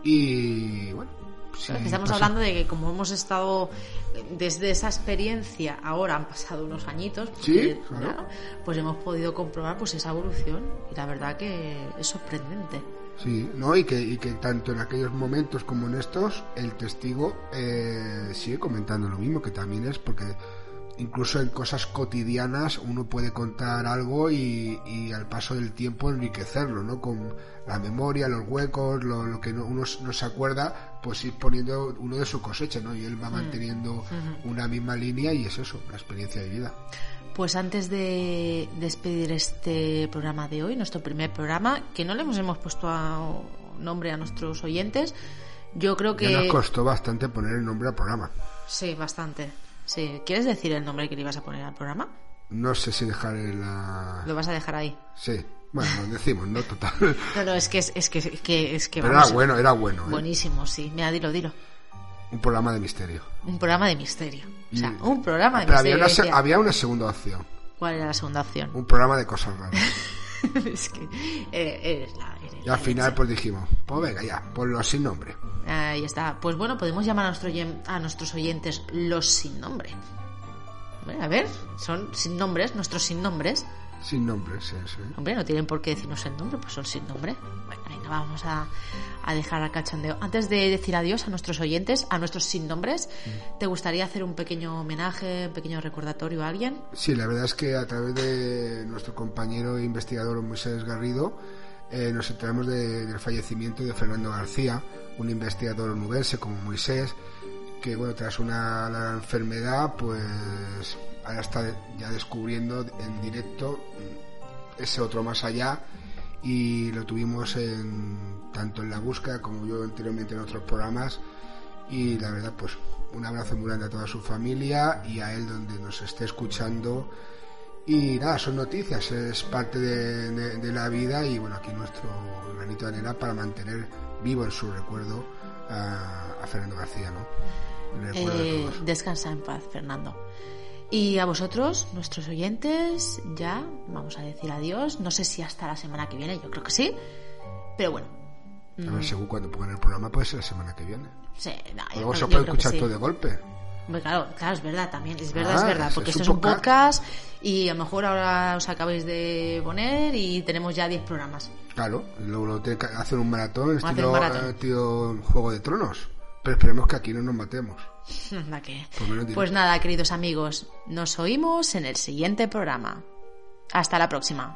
y bueno. sí,
Claro, que estamos
pasa-
hablando de que como hemos estado desde esa experiencia, ahora han pasado unos añitos,
Sí,
porque,
claro.
pues hemos podido comprobar pues esa evolución y la verdad que es sorprendente.
Sí, ¿no? Y que, y que tanto en aquellos momentos como en estos, el testigo eh, sigue comentando lo mismo, que también es porque incluso en cosas cotidianas uno puede contar algo y, y al paso del tiempo enriquecerlo, ¿no? Con la memoria, los huecos, lo, lo que no- uno no se acuerda, pues ir poniendo uno de su cosecha, ¿no? Y él va manteniendo una misma línea y es eso, la experiencia de vida.
Pues antes de despedir este programa de hoy, nuestro primer programa, que no le hemos, hemos puesto a- nombre a nuestros oyentes, yo creo que...
Ya nos costó bastante poner el nombre al programa.
Sí, bastante. Sí, ¿quieres decir el nombre que le ibas a poner al programa?
No sé si dejar la...
¿Lo vas a dejar ahí?
Sí, bueno, lo decimos, ¿no? Total.
No, no, es que es, es que, que, es que
Pero
vamos,
era bueno, era bueno. ¿eh?
Buenísimo, sí. Mira, dilo, dilo.
Un programa de misterio.
Un programa de misterio. O sea,
Mm.
un programa de
Pero
misterio.
había una, se-
decía.
había una segunda opción.
¿Cuál era la segunda opción?
Un programa de cosas raras.
Es que eh, eres la... Eres
Y
la
al final
leche.
pues dijimos, pues venga ya, ponlo sin nombre.
Ahí está. Pues bueno, podemos llamar a, nuestro, oyen- a nuestros oyentes los sin nombre. Bueno, a ver, son sin nombres, nuestros sin nombres.
Sin nombre, sí, sí.
Hombre, no tienen por qué decirnos el nombre, pues son sin nombre. Bueno, venga, vamos a, a dejar al cachondeo. Antes de decir adiós a nuestros oyentes, a nuestros sin nombres, ¿te gustaría hacer un pequeño homenaje, un pequeño recordatorio a alguien?
Sí, la verdad es que a través de nuestro compañero e investigador Moisés Garrido eh, nos enteramos de- del fallecimiento de Fernando García, un investigador onubense como Moisés, que bueno, tras una larga enfermedad, pues ahora está ya descubriendo en directo ese otro más allá, y lo tuvimos en, tanto en La Búsqueda como yo anteriormente en otros programas, y la verdad pues un abrazo muy grande a toda su familia y a él donde nos esté escuchando. Y nada, son noticias, es parte de, de- de la vida, y bueno, aquí nuestro granito de arena para mantener vivo en su recuerdo a, a Fernando García, ¿no? En el recuerdo de
Eh,
todos.
descansa en paz, Fernando. Y a vosotros, nuestros oyentes, ya vamos a decir adiós. No sé si hasta la semana que viene, yo creo que sí. Pero bueno.
A ver, según cuando pongan el programa, puede ser la semana que viene.
Sí, no,
O
yo
luego
creo-
se
yo
puede
creo que
escuchar
sí.
todo de golpe.
Hombre, Claro, claro, es verdad también, es verdad,
Ah,
es verdad,
es-
porque
es
esto es
un
un
podcast.
podcast y a lo mejor ahora os acabáis de poner y tenemos ya diez programas.
Claro, luego lo tiene que hacer un maratón,
Hacer
estilo,
un maratón.
eh, estilo Juego de Tronos. Pero esperemos que aquí no nos matemos.
Anda que-
Por lo menos diré.
Pues nada, queridos amigos, nos oímos en el siguiente programa. Hasta la próxima.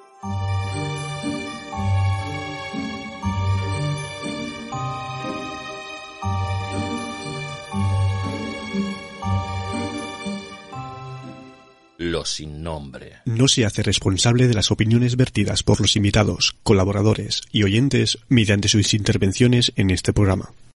Los sin nombre.
No se hace responsable de las opiniones vertidas por los invitados, colaboradores y oyentes mediante sus intervenciones en este programa.